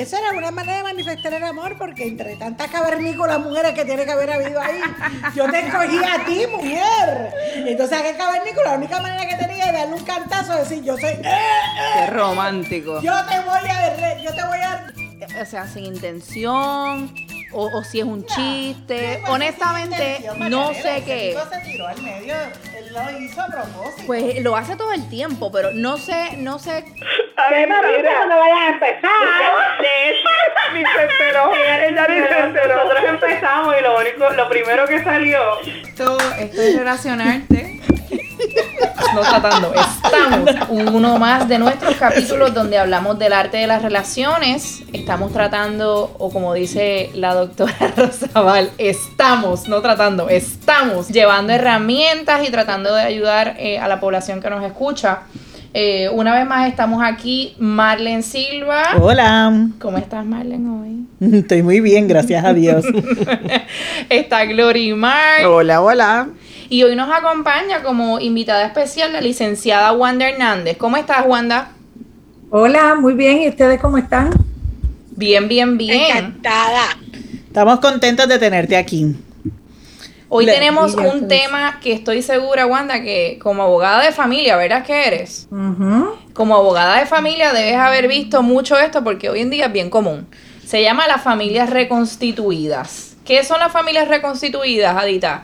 eso era una manera de manifestar el amor, porque entre tantas cavernícolas mujeres que tiene que haber habido ahí, yo te escogí a ti, mujer. Entonces aquel cavernícola, la única manera que tenía era darle un cantazo, decir, yo soy... Qué romántico. Yo te voy a... O sea, sin intención, o si es un chiste. Sí, honestamente, no sé qué. Se tiró al medio, él lo hizo a propósito. Pues lo hace todo el tiempo, pero no sé. A ver, mira, no vayas a empezar. Ni se enteró. Ella ni se enteró. Nosotros empezamos y lo primero que salió. Esto es relacionarte. No tratando. Estamos uno más de nuestros capítulos donde hablamos del arte de las relaciones. Estamos tratando, o como dice la doctora Rosabal, estamos llevando herramientas y tratando de ayudar a la población que nos escucha. Una vez más estamos aquí, Marlene Silva. Hola. ¿Cómo estás, Marlene, hoy? Estoy muy bien, gracias a Dios. Está Glorimar. Hola. Y hoy nos acompaña como invitada especial la licenciada Wanda Hernández. ¿Cómo estás, Wanda? Hola, muy bien. ¿Y ustedes cómo están? Bien. Encantada. Estamos contentos de tenerte aquí. Hoy tenemos un tema que estoy segura, Wanda, que como abogada de familia, ¿verdad que eres? Uh-huh. Como abogada de familia debes haber visto mucho esto porque hoy en día es bien común. Se llama las familias reconstituidas. ¿Qué son las familias reconstituidas, Adita?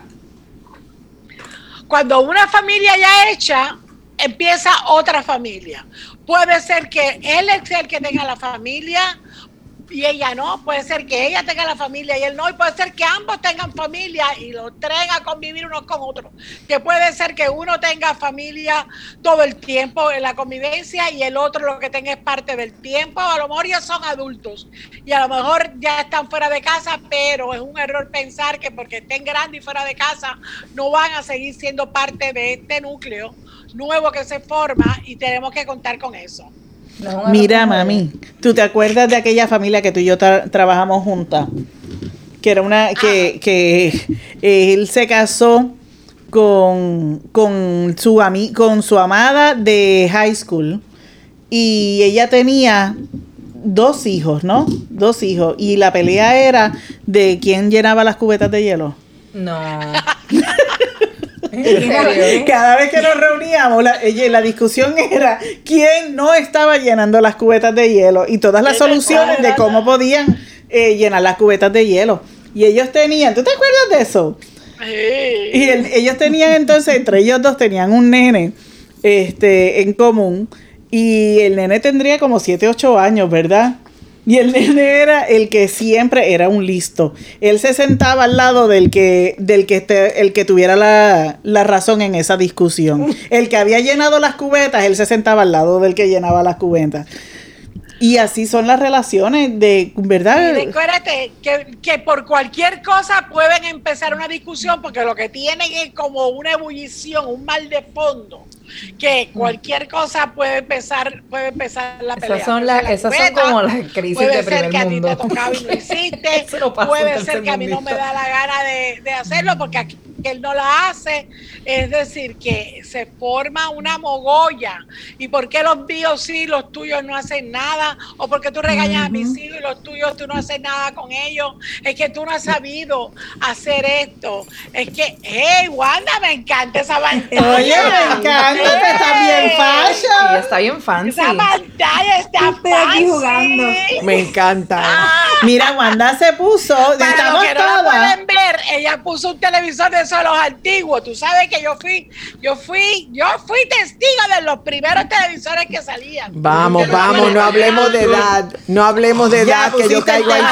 Cuando una familia ya hecha, empieza otra familia. Puede ser que él sea el que tenga la familia y ella no. Puede ser que ella tenga la familia y él no. Y puede ser que ambos tengan familia y los traen a convivir unos con otros. Que puede ser que uno tenga familia todo el tiempo en la convivencia y el otro lo que tenga es parte del tiempo. A lo mejor ya son adultos y a lo mejor ya están fuera de casa, pero es un error pensar que porque estén grandes y fuera de casa no van a seguir siendo parte de este núcleo nuevo que se forma, y tenemos que contar con eso. Mira, mami, ¿tú te acuerdas de aquella familia que tú y yo trabajamos juntas? Que era una que él se casó con su amada de high school y ella tenía 2 hijos, ¿no? 2 hijos, y la pelea era de quién llenaba las cubetas de hielo. No. Cada vez que nos reuníamos, la discusión era quién no estaba llenando las cubetas de hielo y todas las soluciones de cómo podían llenar las cubetas de hielo. Y ellos tenían, ¿tú te acuerdas de eso? Sí. Y ellos tenían entonces, entre ellos dos tenían un nene en común, y el nene tendría como 7, 8 años, ¿verdad? Y el nene era el que siempre era un listo. Él se sentaba al lado el que tuviera la razón en esa discusión. El que había llenado las cubetas, él se sentaba al lado del que llenaba las cubetas. Y así son las relaciones, ¿verdad? Y recuérdate que por cualquier cosa pueden empezar una discusión, porque lo que tienen es como una ebullición, un mal de fondo, que cualquier cosa puede empezar la pelea. Esas son como las crisis de primer mundo. Puede ser que a ti te tocaba y no hiciste, puede ser que a mí no me da la gana de hacerlo porque aquí él no la hace. Es decir, que se forma una mogolla. ¿Y por qué los míos sí, los tuyos no hacen nada? ¿O porque tú regañas a mis hijos y los tuyos tú no haces nada con ellos? Es que tú no has sabido hacer esto. Es que, hey, Wanda, me encanta esa pantalla. Oye, me encanta, está bien fashion. Sí, está bien fancy. Esa pantalla está Estoy aquí jugando. Me encanta. Mira, Wanda se puso, para estamos los que no la todas. pueden ver, ella puso un televisor de esos, los antiguos. Tú sabes que yo fui testigo de los primeros televisores que salían. Vamos, no hablemos de edad. No hablemos de edad, que yo caigo ahí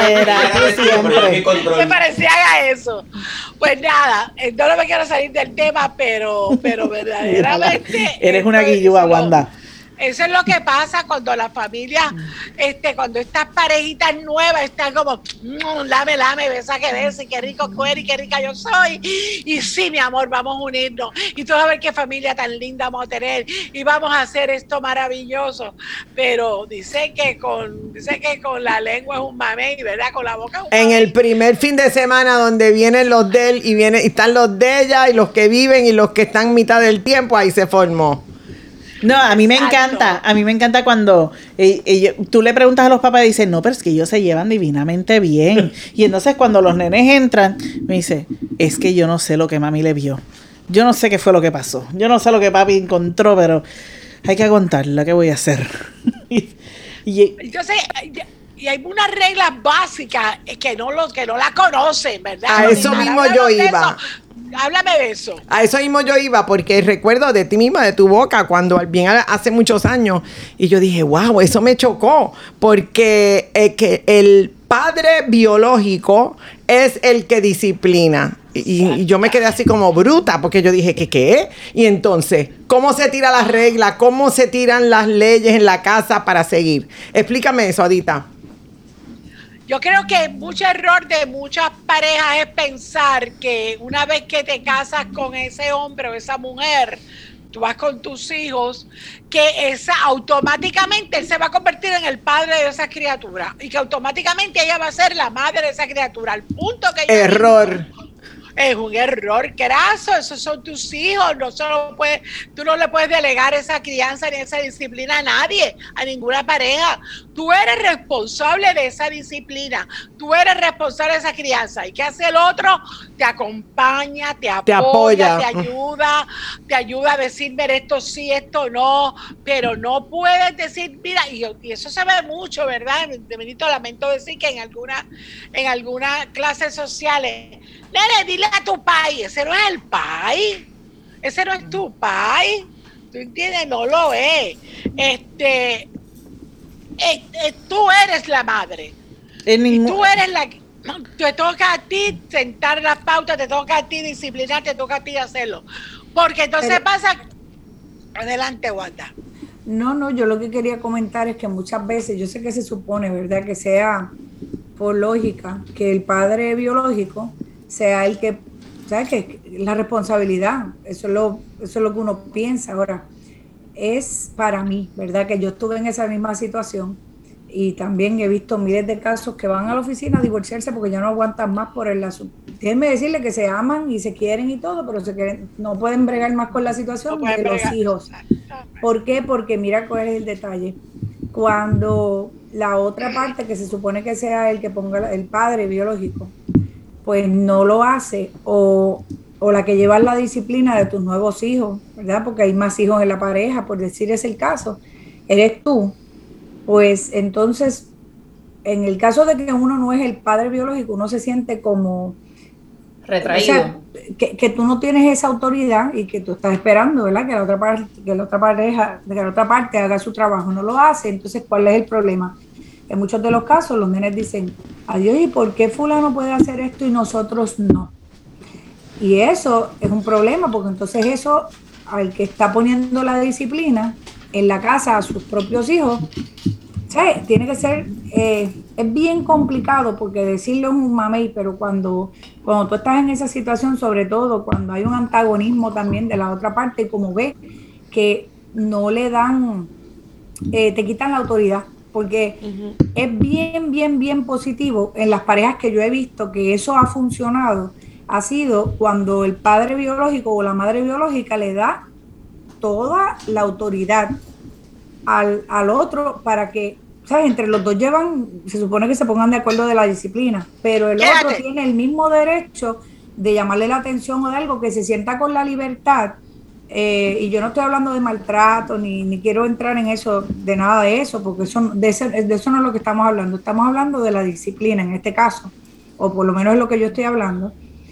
también. Me parecía a eso. Pues nada, no me quiero salir del tema, pero verdaderamente eres una guillúa, Wanda. Eso es lo que pasa cuando la familia, cuando estas parejitas nuevas están como, lame, besa que besa, y qué rico cuero y qué rica yo soy. Y sí, mi amor, vamos a unirnos. Y tú vas a ver qué familia tan linda vamos a tener. Y vamos a hacer esto maravilloso. Pero dice que con la lengua es un mamey, ¿verdad? Con la boca es un mamey. En el primer fin de semana donde vienen los de él y están los de ella y los que viven y los que están mitad del tiempo, ahí se formó. No, a mí me encanta cuando tú le preguntas a los papás y dicen, no, pero es que ellos se llevan divinamente bien. Y entonces cuando los nenes entran, me dice, es que yo no sé lo que mami le vio. Yo no sé qué fue lo que pasó. Yo no sé lo que papi encontró, pero hay que aguantarla, ¿qué voy a hacer? Yo sé, y hay unas reglas básicas que no la conocen, ¿verdad? A eso mismo yo iba. Háblame de eso. A eso mismo yo iba, porque recuerdo de ti misma, de tu boca, cuando bien hace muchos años, y yo dije, wow, eso me chocó, porque que el padre biológico es el que disciplina. Y yo me quedé así como bruta, porque yo dije, ¿qué? Y entonces, ¿cómo se tira las reglas? ¿Cómo se tiran las leyes en la casa para seguir? Explícame eso, Adita. Yo creo que mucho error de muchas parejas es pensar que una vez que te casas con ese hombre o esa mujer, tú vas con tus hijos, que automáticamente él se va a convertir en el padre de esa criatura y que automáticamente ella va a ser la madre de esa criatura. Al punto que error. Es un error craso, esos son tus hijos, tú no le puedes delegar esa crianza ni esa disciplina a nadie, a ninguna pareja. Tú eres responsable de esa disciplina, tú eres responsable de esa crianza. ¿Y qué hace el otro? Te acompaña, te apoya, te ayuda a decir, mira, esto sí, esto no, pero no puedes decir, mira, y eso se ve mucho, ¿verdad? Benito, lamento decir que en algunas clases sociales, nene, dile a tu país, ese no es el país, ese no es tu país, ¿tú entiendes? No lo es. Tú eres la madre. Y tú eres la que... Te toca a ti sentar las pautas, te toca a ti disciplinar, te toca a ti hacerlo. Porque entonces pasa... Adelante, Wanda. No, yo lo que quería comentar es que muchas veces, yo sé que se supone, ¿verdad? Que sea por lógica, que el padre biológico sea el que, ¿sabes? Que la responsabilidad, eso es lo que uno piensa. Ahora, es para mí, ¿verdad? Que yo estuve en esa misma situación y también he visto miles de casos que van a la oficina a divorciarse porque ya no aguantan más por el asunto. Déjenme decirle que se aman y se quieren y todo, pero no pueden bregar más con la situación de los hijos. ¿Por qué? Porque mira cuál es el detalle. Cuando la otra parte, que se supone que sea el que ponga el padre biológico, pues no lo hace, o la que lleva la disciplina de tus nuevos hijos, ¿verdad? Porque hay más hijos en la pareja, por decir es el caso, eres tú, pues entonces, en el caso de que uno no es el padre biológico, uno se siente como retraído. O sea, que tú no tienes esa autoridad y que tú estás esperando, ¿verdad? Que la otra parte haga su trabajo, no lo hace. Entonces, ¿cuál es el problema? En muchos de los casos los nenes dicen, adiós, ¿y por qué fulano puede hacer esto y nosotros no? Y eso es un problema, porque entonces eso, al que está poniendo la disciplina en la casa a sus propios hijos, ¿sabes? Tiene que ser, es bien complicado, porque decirlo es un mamey, pero cuando tú estás en esa situación, sobre todo cuando hay un antagonismo también de la otra parte, como ves que no le dan, te quitan la autoridad, porque es bien positivo en las parejas que yo he visto que eso ha funcionado, ha sido cuando el padre biológico o la madre biológica le da toda la autoridad al otro para que, ¿sabes? Entre los dos se supone que se pongan de acuerdo de la disciplina, pero el otro tiene el mismo derecho de llamarle la atención o de algo, que se sienta con la libertad. Y yo no estoy hablando de maltrato, ni quiero entrar en eso, de nada de eso, porque de eso no es lo que estamos hablando de la disciplina en este caso, o por lo menos es lo que yo estoy hablando.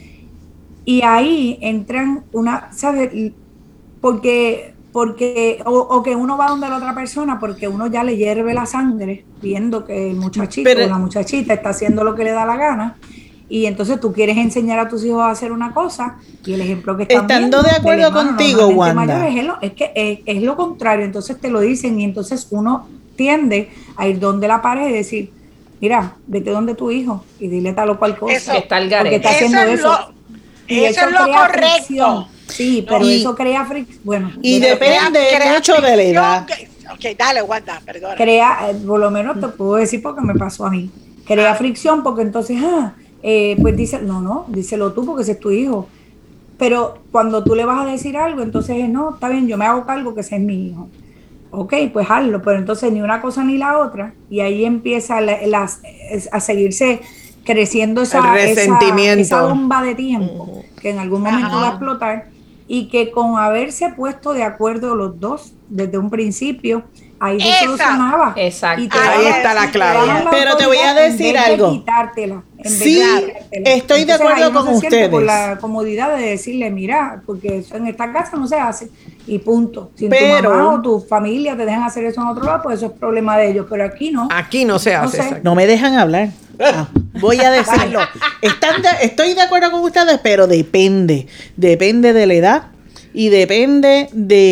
Y ahí entran ¿sabes? Porque o que uno va donde la otra persona porque uno ya le hierve la sangre viendo que el muchachito o la muchachita está haciendo lo que le da la gana, y entonces tú quieres enseñar a tus hijos a hacer una cosa y el ejemplo que están viendo, de acuerdo contigo, Wanda, mayores, es que es lo contrario, entonces te lo dicen y entonces uno tiende a ir donde la pareja y decir, mira, vete donde tu hijo y dile tal o cual cosa, eso, está el garete, porque está haciendo eso. Eso es lo correcto. Fricción. Sí, pero eso crea fricción. Bueno, y depende mucho de la edad. Ok, dale, Wanda, perdón. Por lo menos te puedo decir porque me pasó a mí. Crea fricción porque entonces, pues díselo tú porque ese es tu hijo. Pero cuando tú le vas a decir algo, entonces no, está bien, yo me hago cargo que ese es mi hijo. Ok, pues hazlo, pero entonces ni una cosa ni la otra, y ahí empieza a seguirse creciendo esa resentimiento, esa bomba de tiempo, que en algún momento va a explotar, y que con haberse puesto de acuerdo los dos desde un principio, ahí se solucionaba. Exacto. Y ahí está la clave. Pero te voy a decir algo. Sí, estoy de acuerdo con ustedes. Por la comodidad de decirle, mira, porque eso en esta casa no se hace, y punto. Si tu mamá o tu familia te dejan hacer eso en otro lado, pues eso es problema de ellos, pero aquí no. Aquí no se hace. No me dejan hablar. Voy a decirlo. Estoy de acuerdo con ustedes, pero depende de la edad y depende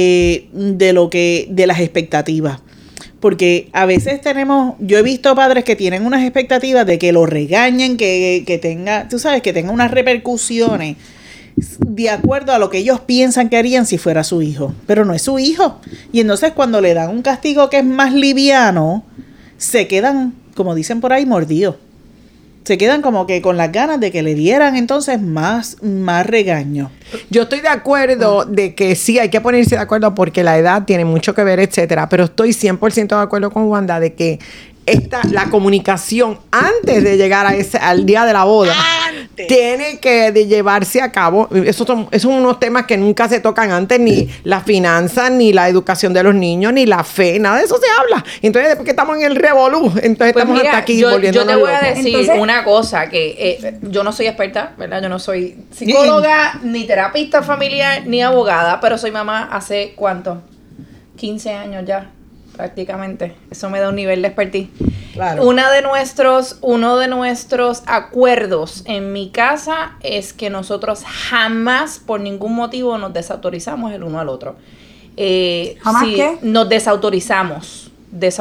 de las expectativas. Porque a veces yo he visto padres que tienen unas expectativas de que lo regañen, que tenga, tú sabes, que tenga unas repercusiones de acuerdo a lo que ellos piensan que harían si fuera su hijo, pero no es su hijo. Y entonces cuando le dan un castigo que es más liviano, se quedan, como dicen por ahí, mordidos. Se quedan como que con las ganas de que le dieran entonces más regaño. Yo estoy de acuerdo de que sí hay que ponerse de acuerdo porque la edad tiene mucho que ver, etcétera, pero estoy 100% de acuerdo con Wanda de que la comunicación antes de llegar al día de la boda tiene que llevarse a cabo. Esos son unos temas que nunca se tocan antes, ni las finanzas, ni la educación de los niños, ni la fe, nada de eso se habla. Entonces, después que estamos en el revolú, entonces pues estamos mira, hasta aquí yo te voy locos. a decir una cosa, que yo no soy experta, ¿verdad? Yo no soy psicóloga, ni terapista familiar, ni abogada, pero soy mamá hace, ¿cuánto? 15 años ya. Prácticamente. Eso me da un nivel de expertise. Claro. Uno de nuestros acuerdos en mi casa es que nosotros jamás, por ningún motivo, nos desautorizamos el uno al otro. ¿Jamás qué? Nos desautorizamos.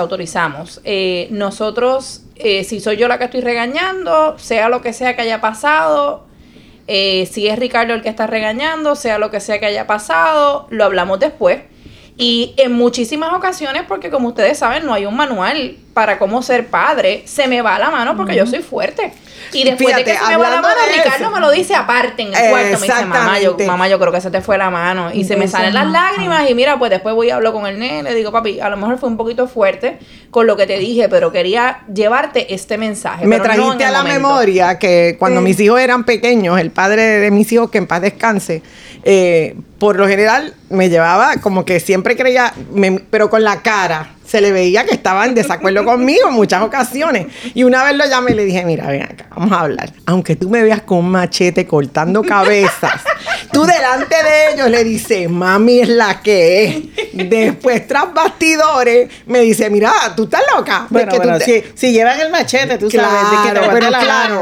Nosotros, si soy yo la que estoy regañando, sea lo que sea que haya pasado, si es Ricardo el que está regañando, sea lo que sea que haya pasado, lo hablamos después. Y en muchísimas ocasiones, porque como ustedes saben, no hay un manual para cómo ser padre, se me va la mano porque yo soy fuerte. Y después de que se me va la mano, Ricardo me lo dice aparte en el cuarto. Me dice, mamá, yo creo que se te fue la mano. Y se me salen las lágrimas y mira, pues después voy y hablo con el nene. Le digo, papi, a lo mejor fue un poquito fuerte con lo que te dije, pero quería llevarte este mensaje. Me trajiste a la memoria que cuando mis hijos eran pequeños, el padre de mis hijos, que en paz descanse, por lo general me llevaba como que siempre creía, pero con la cara se le veía que estaba en desacuerdo conmigo en muchas ocasiones. Y una vez lo llamé y le dije, mira, ven acá, vamos a hablar. Aunque tú me veas con un machete cortando cabezas, tú delante de ellos le dices, mami es la que es. Después, tras bastidores, me dice, mira, tú estás loca. Bueno, si llevan el machete, tú sabes, de que te pero claro,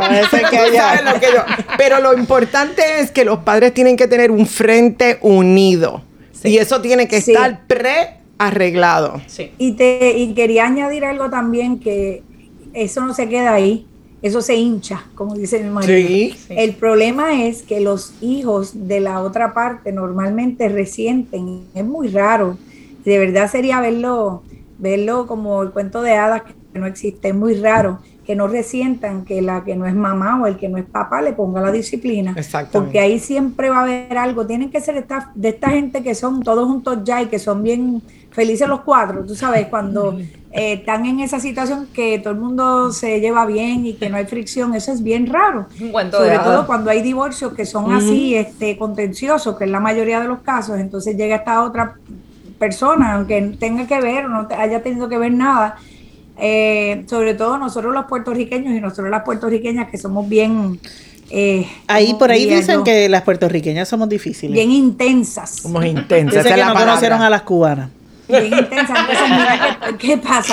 pero lo importante es que los padres tienen que tener un frente unido. Sí. Y eso tiene que estar arreglado. Sí. Y quería añadir algo también, que eso no se queda ahí, eso se hincha, como dice mi marido. Sí. El problema es que los hijos de la otra parte normalmente resienten, es muy raro. De verdad sería verlo como el cuento de hadas que no existe, es muy raro que no resientan que la que no es mamá o el que no es papá le ponga la disciplina. Exactamente. Porque ahí siempre va a haber algo. Tienen que ser de esta gente que son todos juntos ya y que son bien felices los cuatro. Tú sabes, cuando están en esa situación que todo el mundo se lleva bien y que no hay fricción, eso es bien raro. Un cuento Sobre de todo hadas. cuando hay divorcios que son así, contenciosos, que es la mayoría de los casos. Entonces llega esta otra persona, aunque tenga que ver o no haya tenido que ver nada. Sobre todo nosotros los puertorriqueños y nosotros las puertorriqueñas que somos bien por ahí dicen que las puertorriqueñas somos difíciles, bien intensas. Somos intensas. Dicen que no conocieron a las cubanas. Bien intensas. Entonces mira ¿qué pasa?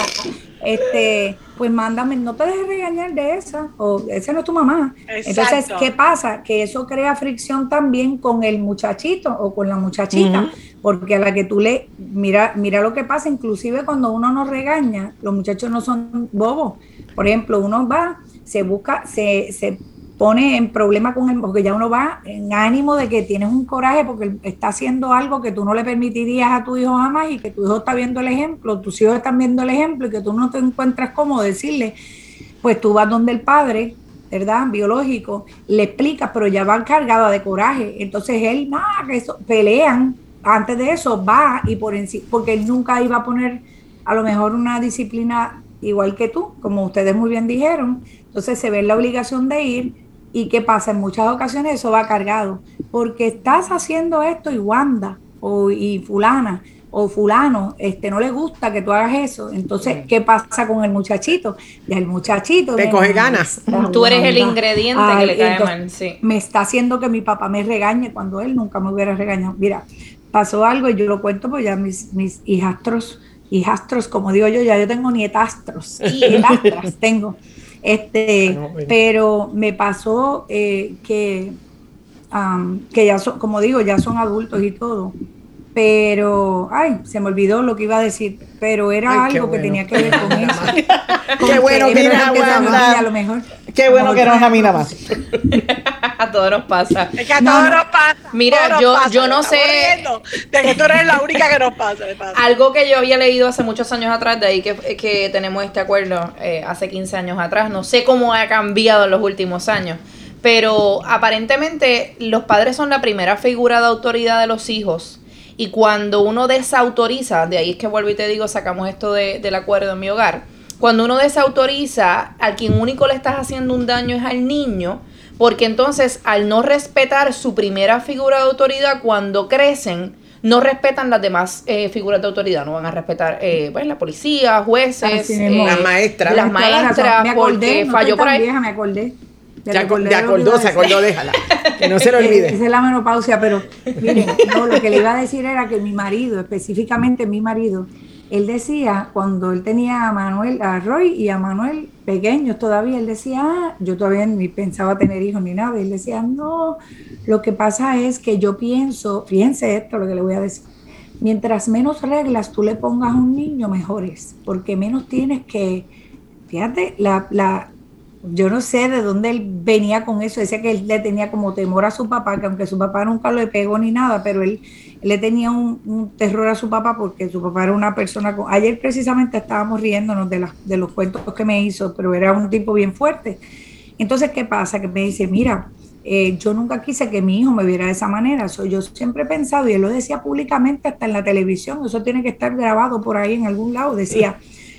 Pues mándame, no te dejes regañar de esa, o esa no es tu mamá. Exacto. Entonces, ¿qué pasa? Que eso crea fricción también con el muchachito o con la muchachita, porque a la que tú mira lo que pasa, inclusive cuando uno nos regaña, los muchachos no son bobos. Por ejemplo, uno va, se pone en problema con él, porque ya uno va en ánimo de que tienes un coraje porque él está haciendo algo que tú no le permitirías a tu hijo jamás, y que tu hijo está viendo el ejemplo, tus hijos están viendo el ejemplo, y que tú no te encuentras cómodo decirle, pues tú vas donde el padre, ¿verdad? Biológico, le explicas, pero ya va cargado de coraje. Entonces él, que eso, pelean antes de eso va y por encima, porque él nunca iba a poner a lo mejor una disciplina igual que tú, como ustedes muy bien dijeron. Entonces se ve la obligación de ir, y ¿qué pasa? En muchas ocasiones eso va cargado, porque estás haciendo esto y Wanda y fulana o fulano no le gusta que tú hagas eso. Entonces, ¿qué pasa con el muchachito? Y el muchachito te coge ganas. Tú eres el ingrediente que le cae mal. Sí. Me está haciendo que mi papá me regañe cuando él nunca me hubiera regañado. Mira, pasó algo y yo lo cuento, pues ya mis hijastros, como digo yo, ya yo tengo nietastros, nietastras tengo. Pero me pasó que ya son, como digo, ya son adultos y todo. Pero, se me olvidó lo que iba a decir, pero era algo que tenía que ver con eso. Qué bueno que eres a lo mejor. Qué bueno que no es a mí nada más. A todos nos pasa. Es que a todos nos pasa. Mira, yo no sé. De que tú eres la única que nos pasa. Algo que yo había leído hace muchos años atrás, de ahí que tenemos este acuerdo hace 15 años atrás. No sé cómo ha cambiado en los últimos años. Pero aparentemente los padres son la primera figura de autoridad de los hijos. Y cuando uno desautoriza, de ahí es que vuelvo y te digo, sacamos esto del acuerdo en mi hogar. Cuando uno desautoriza, al quien único le estás haciendo un daño es al niño, porque entonces al no respetar su primera figura de autoridad, cuando crecen, no respetan las demás figuras de autoridad, no van a respetar la policía, jueces, las maestras. Las maestras, porque falló por ahí. Vieja, me acordé. Se acordó, déjala. Que no se lo olvide. Esa es la menopausia, pero miren, lo que le iba a decir era que mi marido, específicamente mi marido, él decía, cuando él tenía a Roy y a Manuel pequeños todavía, él decía, yo todavía ni pensaba tener hijos ni nada, él decía, no, lo que pasa es que yo pienso, fíjense esto, lo que le voy a decir, mientras menos reglas tú le pongas a un niño, mejor es, porque menos tienes que, fíjate, yo no sé de dónde él venía con eso, decía que él le tenía como temor a su papá, que aunque su papá nunca le pegó ni nada, pero él le tenía un terror a su papá porque su papá era una persona ayer precisamente estábamos riéndonos de los cuentos que me hizo, pero era un tipo bien fuerte. Entonces, ¿qué pasa? Que me dice, mira, yo nunca quise que mi hijo me viera de esa manera, yo siempre he pensado, y él lo decía públicamente hasta en la televisión, eso tiene que estar grabado por ahí en algún lado, decía,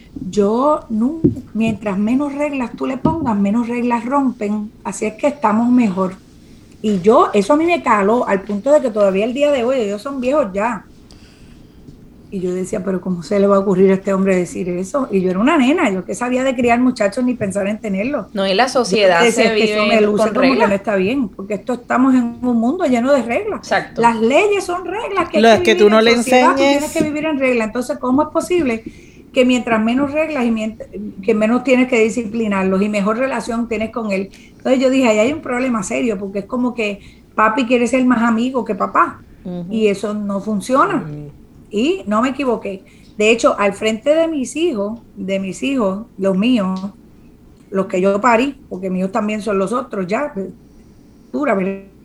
mientras menos reglas tú le pongas, menos reglas rompen, así es que estamos mejor. Y eso a mí me caló al punto de que todavía el día de hoy ellos son viejos ya. Y yo decía, pero ¿cómo se le va a ocurrir a este hombre decir eso? Y yo era una nena, yo que sabía de criar muchachos ni pensar en tenerlos. No, y la sociedad se vive con reglas. Que no está bien, porque estamos en un mundo lleno de reglas. Exacto. Las leyes son reglas que tú no le enseñes. Tú tienes que vivir en reglas. Entonces, ¿cómo es posible que mientras menos reglas que menos tienes que disciplinarlos y mejor relación tienes con él? Entonces yo dije, ahí hay un problema serio, porque es como que papi quiere ser más amigo que papá, y eso no funciona. Y no me equivoqué. De hecho, al frente de mis hijos, los míos, los que yo parí, porque míos también son los otros ya, dura,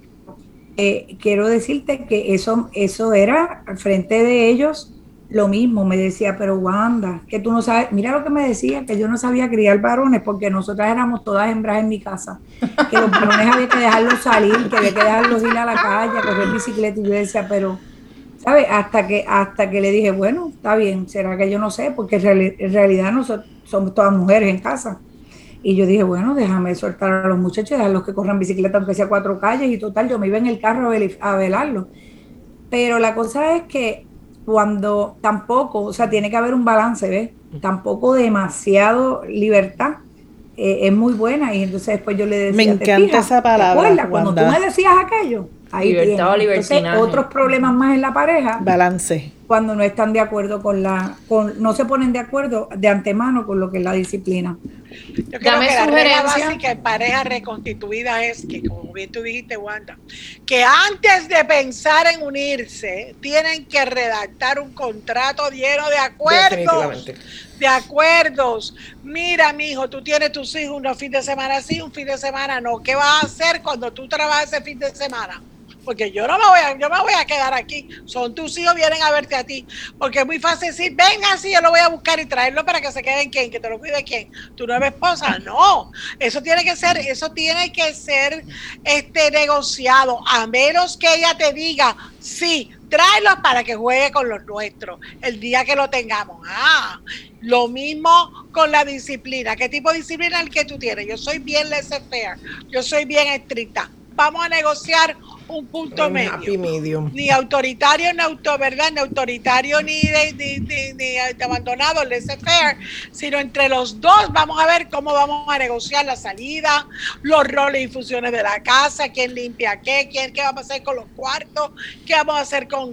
quiero decirte que eso era al frente de ellos. Lo mismo, me decía, pero Wanda, que tú no sabes, mira lo que me decía, que yo no sabía criar varones, porque nosotras éramos todas hembras en mi casa, que los varones había que dejarlos salir, que había que dejarlos ir a la calle, a correr bicicleta, y yo decía, pero, ¿sabes? Hasta que le dije, bueno, está bien, será que yo no sé, porque en realidad nosotros somos todas mujeres en casa, y yo dije, bueno, déjame soltar a los muchachos, dejarlos que corran bicicleta, aunque sea 4 calles, y total, yo me iba en el carro a velarlos, pero la cosa es que cuando tampoco, o sea, tiene que haber un balance, ¿ves? Tampoco demasiado libertad es muy buena, y entonces después yo le decía, me encanta esa palabra, cuando tú me decías aquello, ahí libertad o libertinaje. Entonces, otros problemas más en la pareja, balance, cuando no están de acuerdo no se ponen de acuerdo de antemano con lo que es la disciplina. Yo creo que la regla básica en pareja reconstituida es que, como bien tú dijiste, Wanda, que antes de pensar en unirse, tienen que redactar un contrato lleno de acuerdos. De acuerdos. Mira, mijo, tú tienes tus hijos un fin de semana sí, un fin de semana no. ¿Qué vas a hacer cuando tú trabajas ese fin de semana? porque yo me voy a quedar aquí, son tus hijos, vienen a verte a ti, porque es muy fácil decir, venga, sí, yo lo voy a buscar y traerlo para que se queden quién, que te lo cuide quién, tu nueva esposa. No, eso tiene que ser negociado, a menos que ella te diga, sí, tráelos para que juegue con los nuestros el día que lo tengamos. Lo mismo con la disciplina. ¿Qué tipo de disciplina es el que tú tienes? Yo soy bien laissez-faire, yo soy bien estricta. Vamos a negociar un punto medio. Happy medium. Ni autoritario, ni autoritario, ni de abandonado, laissez-faire, sino entre los dos vamos a ver cómo vamos a negociar la salida, los roles y funciones de la casa, quién limpia qué vamos a hacer con los cuartos, qué vamos a hacer con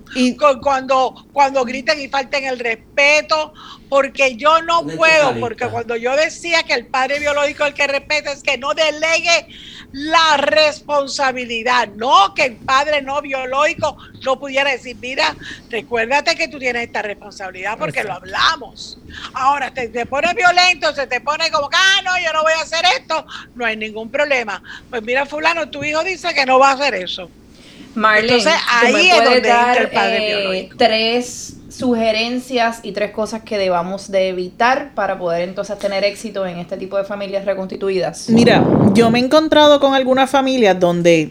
cuando griten y falten el respeto, porque yo no puedo, porque cuando yo decía que el padre biológico el que respeta es que no delegue la responsabilidad, no que el padre no biológico no pudiera decir, mira, recuérdate que tú tienes esta responsabilidad porque lo hablamos. Ahora te pone violento, se te pone como que, no, yo no voy a hacer esto, no hay ningún problema. Pues mira, fulano, tu hijo dice que no va a hacer eso. Marlene, entonces ahí es donde entra el padre biológico. 3 sugerencias y 3 cosas que debamos de evitar para poder entonces tener éxito en este tipo de familias reconstituidas. Mira, yo me he encontrado con algunas familias donde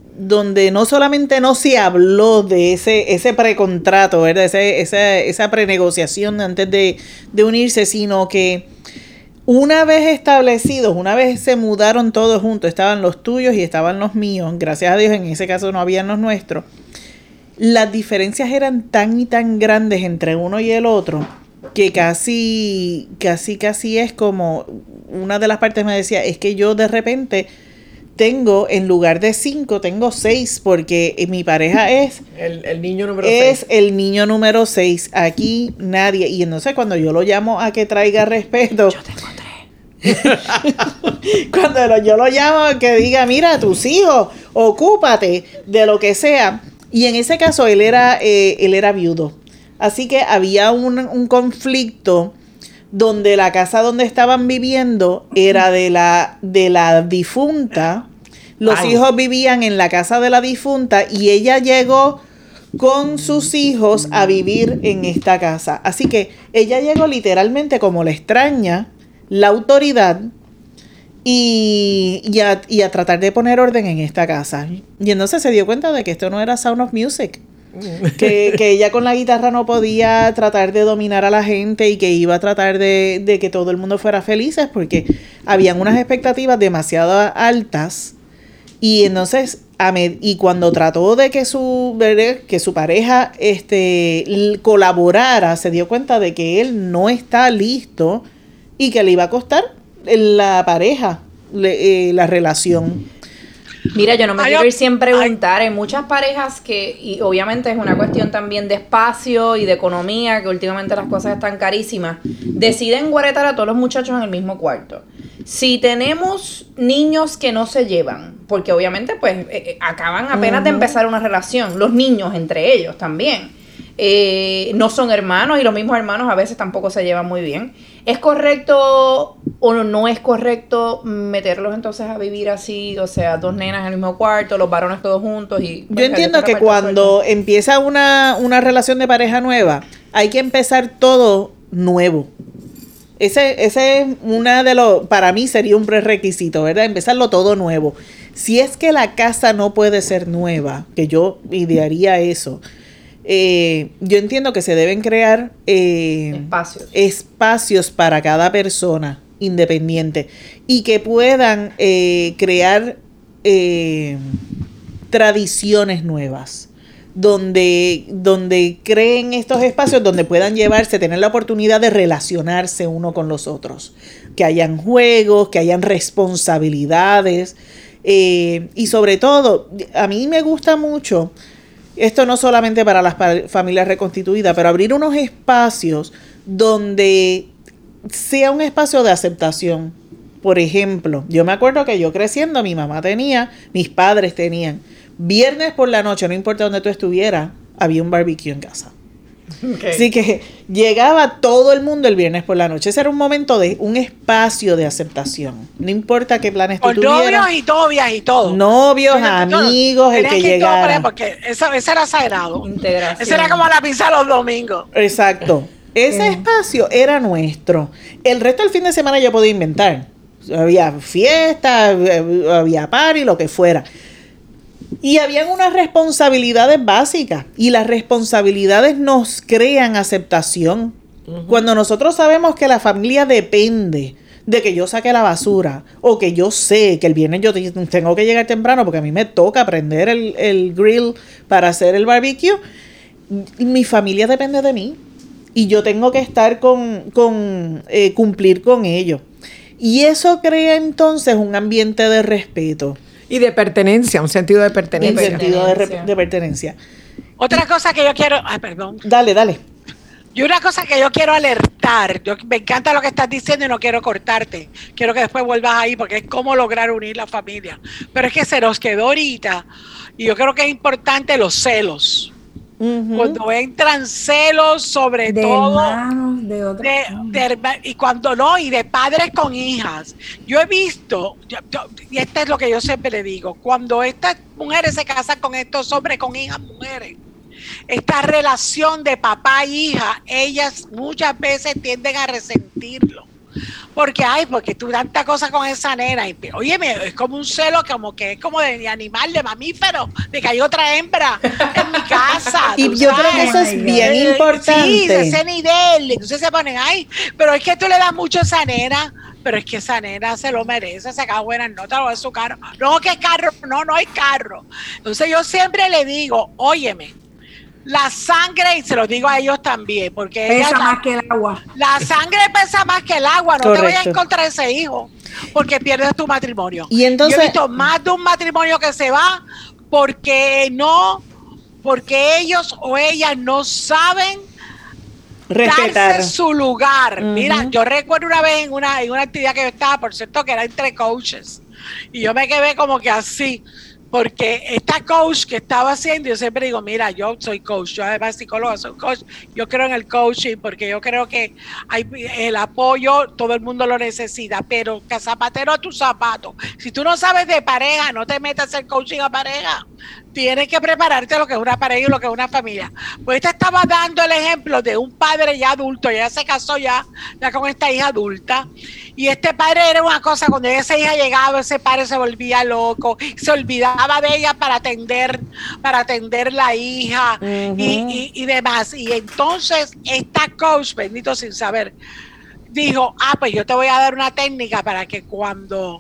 no solamente no se habló de ese precontrato, ¿verdad? Esa prenegociación antes de unirse, sino que una vez establecidos, una vez se mudaron todos juntos, estaban los tuyos y estaban los míos, gracias a Dios en ese caso no habían los nuestros, las diferencias eran tan y tan grandes entre uno y el otro que casi es como, una de las partes me decía, es que yo de repente tengo, en lugar de 5, tengo 6, porque mi pareja es el niño número 6. Es el niño número 6. Aquí nadie. Y entonces cuando yo lo llamo a que traiga respeto, yo te encontré. Cuando yo lo llamo a que diga, mira, tus hijos, ocúpate de lo que sea. Y en ese caso él era viudo. Así que había un conflicto donde la casa donde estaban viviendo era de la difunta. Los hijos vivían en la casa de la difunta y ella llegó con sus hijos a vivir en esta casa. Así que ella llegó literalmente como la extraña, la autoridad, y a tratar de poner orden en esta casa. Y entonces se dio cuenta de que esto no era Sound of Music. Que ella con la guitarra no podía tratar de dominar a la gente y que iba a tratar de que todo el mundo fuera felices, porque habían unas expectativas demasiado altas. Y entonces y cuando trató de que su pareja colaborara, se dio cuenta de que él no está listo y que le iba a costar la pareja, la relación. Mira, yo no me quiero ir sin preguntar. Hay muchas parejas y obviamente es una cuestión también de espacio y de economía, que últimamente las cosas están carísimas, deciden guaretar a todos los muchachos en el mismo cuarto. Si tenemos niños que no se llevan, porque obviamente pues acaban apenas de empezar una relación, los niños entre ellos también, no son hermanos y los mismos hermanos a veces tampoco se llevan muy bien. ¿Es correcto o no es correcto meterlos entonces a vivir así? O sea, 2 nenas en el mismo cuarto, los varones todos juntos. Yo entiendo que cuando empieza una relación de pareja nueva, hay que empezar todo nuevo. Ese es para mí sería un prerequisito, ¿verdad? Empezarlo todo nuevo. Si es que la casa no puede ser nueva, que yo idearía eso, yo entiendo que se deben crear espacios para cada persona independiente y que puedan crear tradiciones nuevas donde creen estos espacios donde puedan tener la oportunidad de relacionarse uno con los otros, que hayan juegos, que hayan responsabilidades, y sobre todo a mí me gusta mucho esto, no solamente para las familias reconstituidas, pero abrir unos espacios donde sea un espacio de aceptación. Por ejemplo, yo me acuerdo que yo creciendo, mis padres tenían, viernes por la noche, no importa dónde tú estuvieras, había un barbecue en casa. Okay. Así que llegaba todo el mundo el viernes por la noche. Ese era un momento de un espacio de aceptación. No importa qué planes tú Con tuvieras. novios y novias y todo. Novios, amigos, el que llegara. Porque eso era sagrado. Integración. Eso era como la pizza los domingos. Exacto. Ese espacio era nuestro. El resto del fin de semana yo podía inventar. Había fiesta, había party, lo que fuera. Y habían unas responsabilidades básicas. Y las responsabilidades nos crean aceptación. Cuando nosotros sabemos que la familia depende de que yo saque la basura, o que yo sé que el viernes yo tengo que llegar temprano porque a mí me toca prender el grill para hacer el barbecue, mi familia depende de mí. Y yo tengo que estar cumplir con ello. Y eso crea entonces un ambiente de respeto. Y de pertenencia, un sentido de pertenencia. Un sentido de pertenencia. Otra cosa que yo quiero... Ay, perdón. Dale. Y una cosa que yo quiero alertar, me encanta lo que estás diciendo y no quiero cortarte. Quiero que después vuelvas ahí porque es cómo lograr unir la familia. Pero es que se nos quedó ahorita y yo creo que es importante los celos. Cuando entran celos, sobre de todo hermanos, de otros, y cuando no, y de padres con hijas. Yo he visto, y esto es lo que yo siempre le digo, cuando estas mujeres se casan con estos hombres con hijas mujeres, esta relación de papá e hija, ellas muchas veces tienden a resentirlo. Porque tú tanta cosa con esa nena. Y, oye, es como un celo, como que es como de animal, de mamífero, de que hay otra hembra en mi casa. Y yo creo que eso es bien importante. Sí, de ese nivel. Entonces se ponen, pero es que tú le das mucho a esa nena. Pero es que esa nena se lo merece, saca buenas notas, lo de su carro. No, que carro, no hay carro. Entonces yo siempre le digo, óyeme, la sangre, y se lo digo a ellos también, porque pesa más que el agua. La sangre pesa más que el agua. No Correcto. Te vayas a encontrar ese hijo porque pierdes tu matrimonio. Y entonces, yo he visto más de un matrimonio que se va porque ellos o ellas no saben respetar darse su lugar. Mira, yo recuerdo una vez en una actividad que yo estaba, por cierto, que era entre coaches, y yo me quedé como que así. Porque esta coach que estaba haciendo, yo siempre digo, mira, yo soy coach, yo además psicóloga, soy coach, yo creo en el coaching porque yo creo que hay el apoyo, todo el mundo lo necesita, pero que zapatero a tus zapatos. Si tú no sabes de pareja, no te metas a hacer coaching a pareja. Tienes que prepararte lo que es una pareja y lo que es una familia. Pues esta estaba dando el ejemplo de un padre ya adulto, ya se casó ya con esta hija adulta, y este padre era una cosa, cuando esa hija llegaba, ese padre se volvía loco, se olvidaba de ella para atender la hija y demás. Y entonces esta coach, bendito sin saber, dijo, pues yo te voy a dar una técnica para que cuando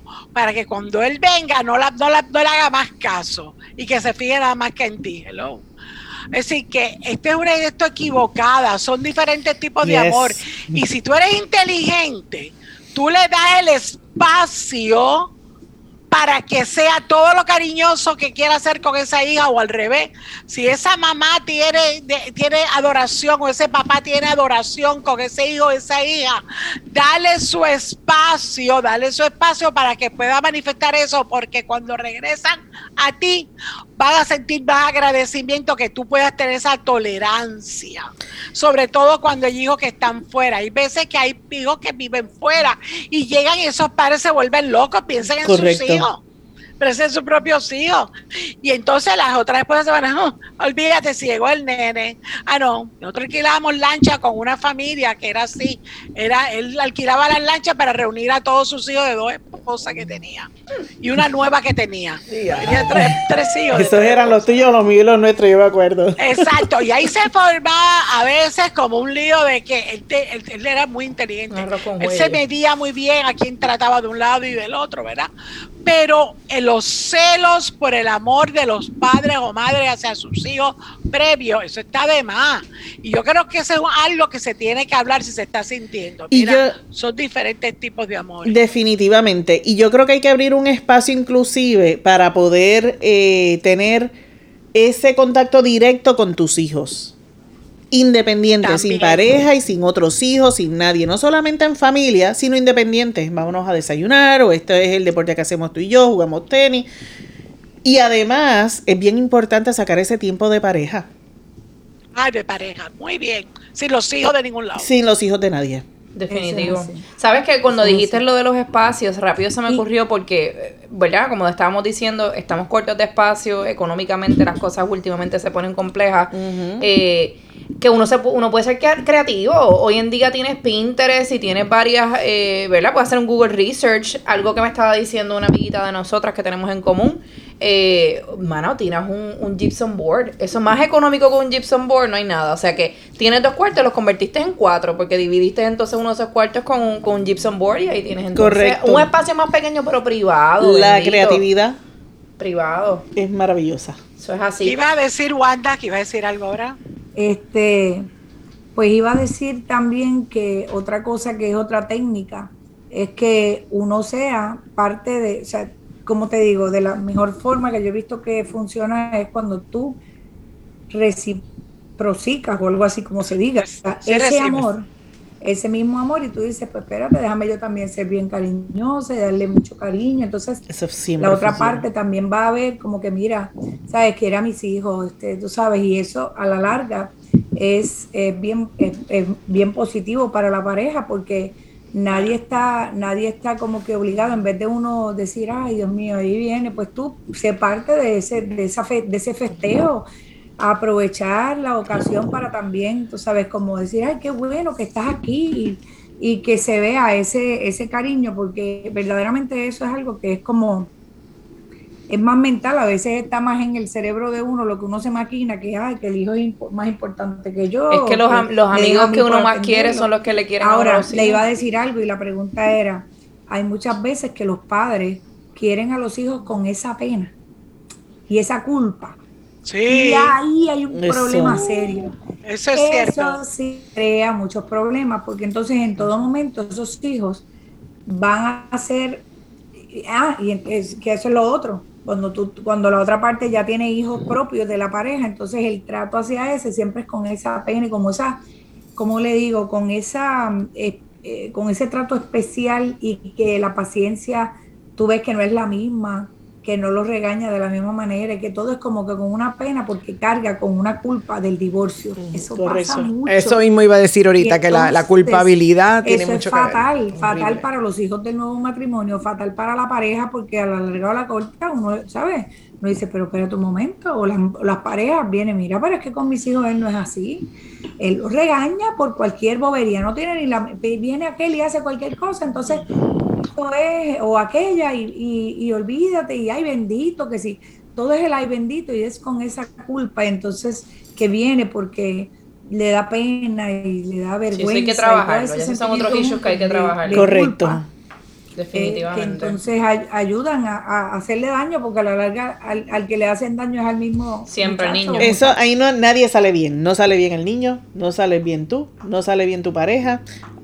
él venga no le haga más caso y que se fije nada más que en ti. Hello. Es decir, que esta es una idea equivocada, son diferentes tipos de amor. Y si tú eres inteligente, tú le das el espacio para que sea todo lo cariñoso que quiera hacer con esa hija, o al revés. Si esa mamá tiene adoración, o ese papá tiene adoración con ese hijo o esa hija, dale su espacio para que pueda manifestar eso, porque cuando regresan a ti van a sentir más agradecimiento, que tú puedas tener esa tolerancia, sobre todo cuando hay hijos que están fuera. Hay veces que hay hijos que viven fuera y llegan y esos padres se vuelven locos, piensan en Correcto. sus hijos, piensan en sus propios hijos, y entonces las otras esposas se van olvídate si llegó el nene. No, nosotros alquilábamos lancha con una familia que era así, él alquilaba las lanchas para reunir a todos sus hijos de 2 esposas que tenía y una nueva que tenía. Tenía tres hijos. Esos eran los tuyos, los míos y los nuestros, yo me acuerdo. Exacto, y ahí se formaba a veces como un lío de que él era muy inteligente, él se medía muy bien a quién trataba de un lado y del otro, ¿verdad? Pero los celos por el amor de los padres o madres hacia sus hijos previo, eso está de más. Y yo creo que eso es algo que se tiene que hablar si se está sintiendo. Mira, son diferentes tipos de amor. Definitivamente. Y yo creo que hay que abrir un espacio inclusive para poder tener ese contacto directo con tus hijos. Independiente, también, sin pareja y sin otros hijos, sin nadie, no solamente en familia, sino independientes. Vámonos a desayunar, o este es el deporte que hacemos tú y yo, jugamos tenis. Y además es bien importante sacar ese tiempo de pareja. Ay, de pareja. Muy bien. Sin los hijos de ningún lado. Sin los hijos de nadie. Definitivo. Eso es así. Sabes que cuando Eso es dijiste así. lo de los espacios, rápido se me ocurrió porque, ¿verdad? Como estábamos diciendo, estamos cortos de espacio, económicamente las cosas últimamente se ponen complejas. Que uno puede ser creativo. Hoy en día tienes Pinterest y tienes varias, ¿verdad? Puedes hacer un Google Research, algo que me estaba diciendo una amiguita de nosotras que tenemos en común. Mano, tienes un gypsum board. Eso es más económico que un gypsum board, no hay nada. O sea que tienes 2 cuartos, los convertiste en 4, porque dividiste entonces uno de esos cuartos con un gypsum board y ahí tienes entonces Correcto. un espacio más pequeño pero privado. La bendito. creatividad Privado. es maravillosa. Eso es ¿Qué así. iba a decir Wanda? ¿Que iba a decir algo ahora? Pues iba a decir también que otra cosa que es otra técnica es que uno sea parte de, o sea, como te digo, de la mejor forma que yo he visto que funciona es cuando tú reciprocas o algo así como se diga, o sea, Sí, ese recibes. amor, ese mismo amor, y tú dices, pues espérate, déjame yo también ser bien cariñosa y darle mucho cariño. Entonces Eso siempre la otra funciona. parte también va a ver como que mira, sabes, quiere a mis hijos, tú sabes, y eso a la larga es bien positivo para la pareja, porque nadie está como que obligado, en vez de uno decir, ay Dios mío, ahí viene, pues tú sé parte de ese festejo, a aprovechar la ocasión para también, tú sabes, como decir, ay, qué bueno que estás aquí, y que se vea ese cariño, porque verdaderamente eso es algo que es como, es más mental, a veces está más en el cerebro de uno lo que uno se maquina, que ay, que el hijo es más importante que yo. Es que los me amigos deja a mí que uno por más quiere atenderlo. son los que le quieren a uno Ahora, los le hijos. iba a decir algo y la pregunta era, hay muchas veces que los padres quieren a los hijos con esa pena y esa culpa. Sí, Y ahí hay un Eso. problema serio. eso es cierto. Eso sí crea muchos problemas, porque entonces en todo momento esos hijos van a ser, que eso es lo otro, cuando la otra parte ya tiene hijos propios de la pareja, entonces el trato hacia ese siempre es con esa pena y como esa, como le digo, con ese trato especial, y que la paciencia tú ves que no es la misma, que no lo regaña de la misma manera, y que todo es como que con una pena porque carga con una culpa del divorcio. Eso correcto. pasa mucho. Eso mismo iba a decir ahorita, Y que la entonces, culpabilidad tiene eso mucho es que ver. fatal, fatal Horrible. para los hijos del nuevo matrimonio, fatal para la pareja, porque a la larga o la corta uno, ¿sabes? Uno dice, pero espérate un momento, o las parejas vienen, mira, pero es que con mis hijos él no es así. Él los regaña por cualquier bobería, no tiene viene aquel y hace cualquier cosa, entonces esto es, o aquella, y olvídate, y ay bendito, que sí, todo es el ay bendito, y es con esa culpa, entonces, que viene porque le da pena y le da vergüenza. hay que y todo trabajarlo, ese ya esos son otros sentimiento issues que hay que de trabajar. Correcto. culpa, Definitivamente. que entonces ayudan a hacerle daño, porque a la larga al que le hacen daño es al mismo Siempre al muchacho. niño. Eso ahí nadie sale bien. No sale bien el niño, no sale bien tú, no sale bien tu pareja.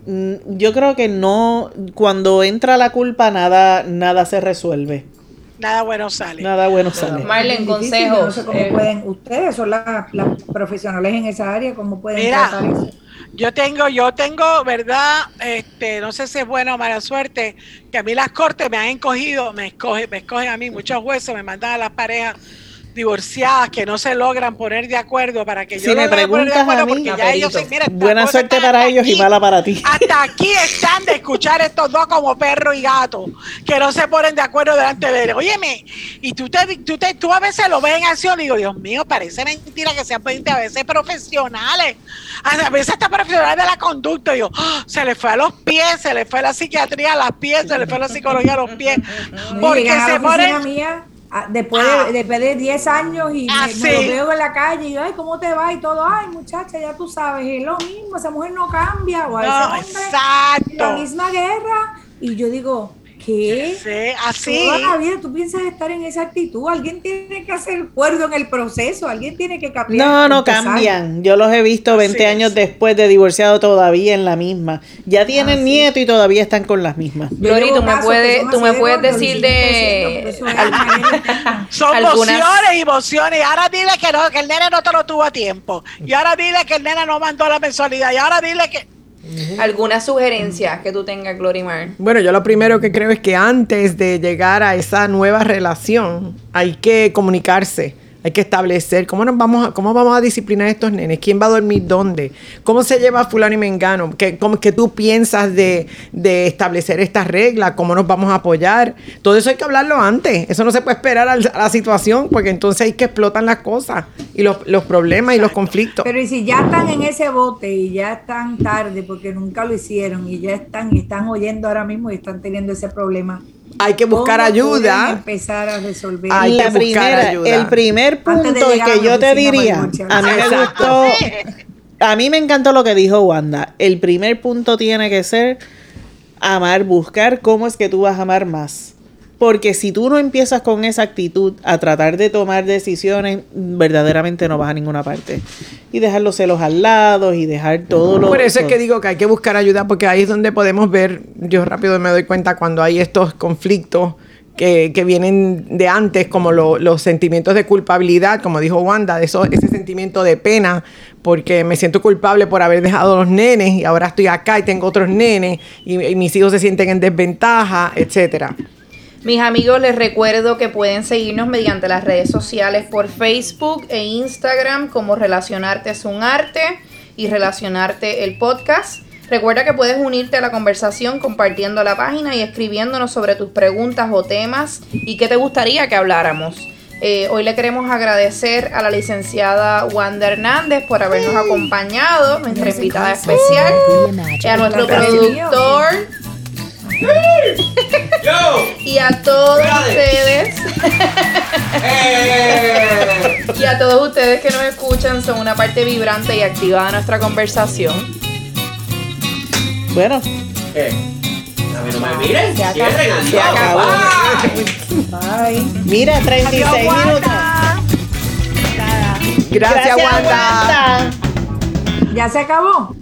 Yo creo que no, cuando entra la culpa nada se resuelve. Nada bueno sale. Nada bueno sale. Marlene, Es difícil, consejos. yo no sé cómo pueden, ustedes son las profesionales en esa área, cómo pueden Mira, tratar eso. yo tengo, ¿verdad? No sé si es buena o mala suerte, que a mí las cortes me han encogido, me escogen a mí, muchos jueces me mandan a las parejas divorciadas que no se logran poner de acuerdo para que Si yo me no logre poner de preguntas a acuerdo, mí, porque ya ellos mira, esta buena cosa suerte está para hasta ellos y aquí. mala para ti. Hasta aquí están de escuchar estos dos como perro y gato, que no se ponen de acuerdo delante de él. Óyeme, y tú a veces lo ves en acción y digo, Dios mío, parece mentira que sean a veces profesionales, a veces hasta profesionales de la conducta. Digo, se le fue a los pies, se le fue la psiquiatría a los pies, se le fue la psicología a los pies, porque Llegan a la se oficina ponen... mía, después de 10 años, y me sí. lo veo en la calle y ay, ¿cómo te va? Y todo, ay, muchacha, ya tú sabes, es lo mismo, esa mujer no cambia, o a No, ese hombre, exacto. la misma guerra. Y yo digo, ¿qué? Sí, así. Toda la vida tú piensas estar en esa actitud, alguien tiene que hacer cuerdo en el proceso, alguien tiene que cambiar. No empezar. cambian. Yo los he visto 20 Así años es. después de divorciado todavía en la misma. Ya tienen nieto y todavía están con las mismas. Yo Glory, llevo tú me casos puedes- que son tú me así de puedes gordos y decir siguen de- creciendo, por eso es mañana. Son Algunas- mociones y mociones. Y ahora dile que no, que el nene no te lo tuvo a tiempo. Y ahora dile que el nene no mandó la mensualidad. Y ahora dile que... ¿Algunas sugerencias que tú tengas, Glorimar? Bueno, yo lo primero que creo es que antes de llegar a esa nueva relación hay que comunicarse. Hay que establecer cómo vamos a disciplinar a estos nenes, quién va a dormir dónde, cómo se lleva fulano y mengano, qué tú piensas de establecer estas reglas, cómo nos vamos a apoyar. Todo eso hay que hablarlo antes. Eso no se puede esperar a la situación, porque entonces hay que explotan las cosas y los problemas y los conflictos. Pero y si ya están en ese bote y ya están tarde porque nunca lo hicieron y ya están oyendo ahora mismo y están teniendo ese problema, hay que buscar ayuda. Empezar a resolver. Hay que buscar ayuda. El primer punto que yo te diría, a mí me gustó, a mí me encantó lo que dijo Wanda. El primer punto tiene que ser amar, buscar cómo es que tú vas a amar más. Porque si tú no empiezas con esa actitud a tratar de tomar decisiones, verdaderamente no vas a ninguna parte. Y dejar los celos al lado y dejar todo lo... Por eso es que digo que hay que buscar ayuda, porque ahí es donde podemos ver, yo rápido me doy cuenta cuando hay estos conflictos que vienen de antes, como los sentimientos de culpabilidad, como dijo Wanda, ese sentimiento de pena, porque me siento culpable por haber dejado a los nenes y ahora estoy acá y tengo otros nenes y mis hijos se sienten en desventaja, etcétera. Mis amigos, les recuerdo que pueden seguirnos mediante las redes sociales por Facebook e Instagram como Relacionarte es un Arte y Relacionarte el Podcast. Recuerda que puedes unirte a la conversación compartiendo la página y escribiéndonos sobre tus preguntas o temas y qué te gustaría que habláramos. Hoy le queremos agradecer a la licenciada Wanda Hernández por habernos acompañado, nuestra invitada especial, a nuestro productor... y a todos ustedes y a todos ustedes que nos escuchan, son una parte vibrante y activa de nuestra conversación. Bueno, a mí no me miren, Se acabó. Bye. Mira, 36 minutos. Gracias, Wanda. Wanda. ¿Ya se acabó?